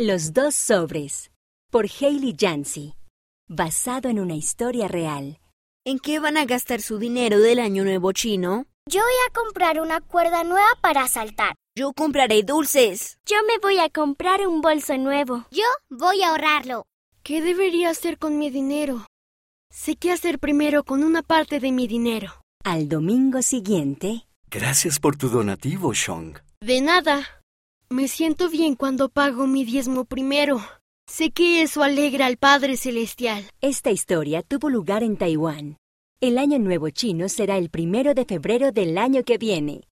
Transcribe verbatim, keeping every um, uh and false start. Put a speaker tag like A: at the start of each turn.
A: Los dos sobres, por Hailey Yancey, basado en una historia real.
B: ¿En qué van a gastar su dinero del Año Nuevo Chino?
C: Yo voy a comprar una cuerda nueva para saltar.
B: Yo compraré dulces.
C: Yo me voy a comprar un bolso nuevo. Yo voy a ahorrarlo.
D: ¿Qué debería hacer con mi dinero? Sé qué hacer primero con una parte de mi dinero.
A: Al domingo siguiente...
E: Gracias por tu donativo, Shong.
D: De nada. Me siento bien cuando pago mi diezmo primero. Sé que eso alegra al Padre Celestial.
A: Esta historia tuvo lugar en Taiwán. El Año Nuevo Chino será el primero de febrero del año que viene.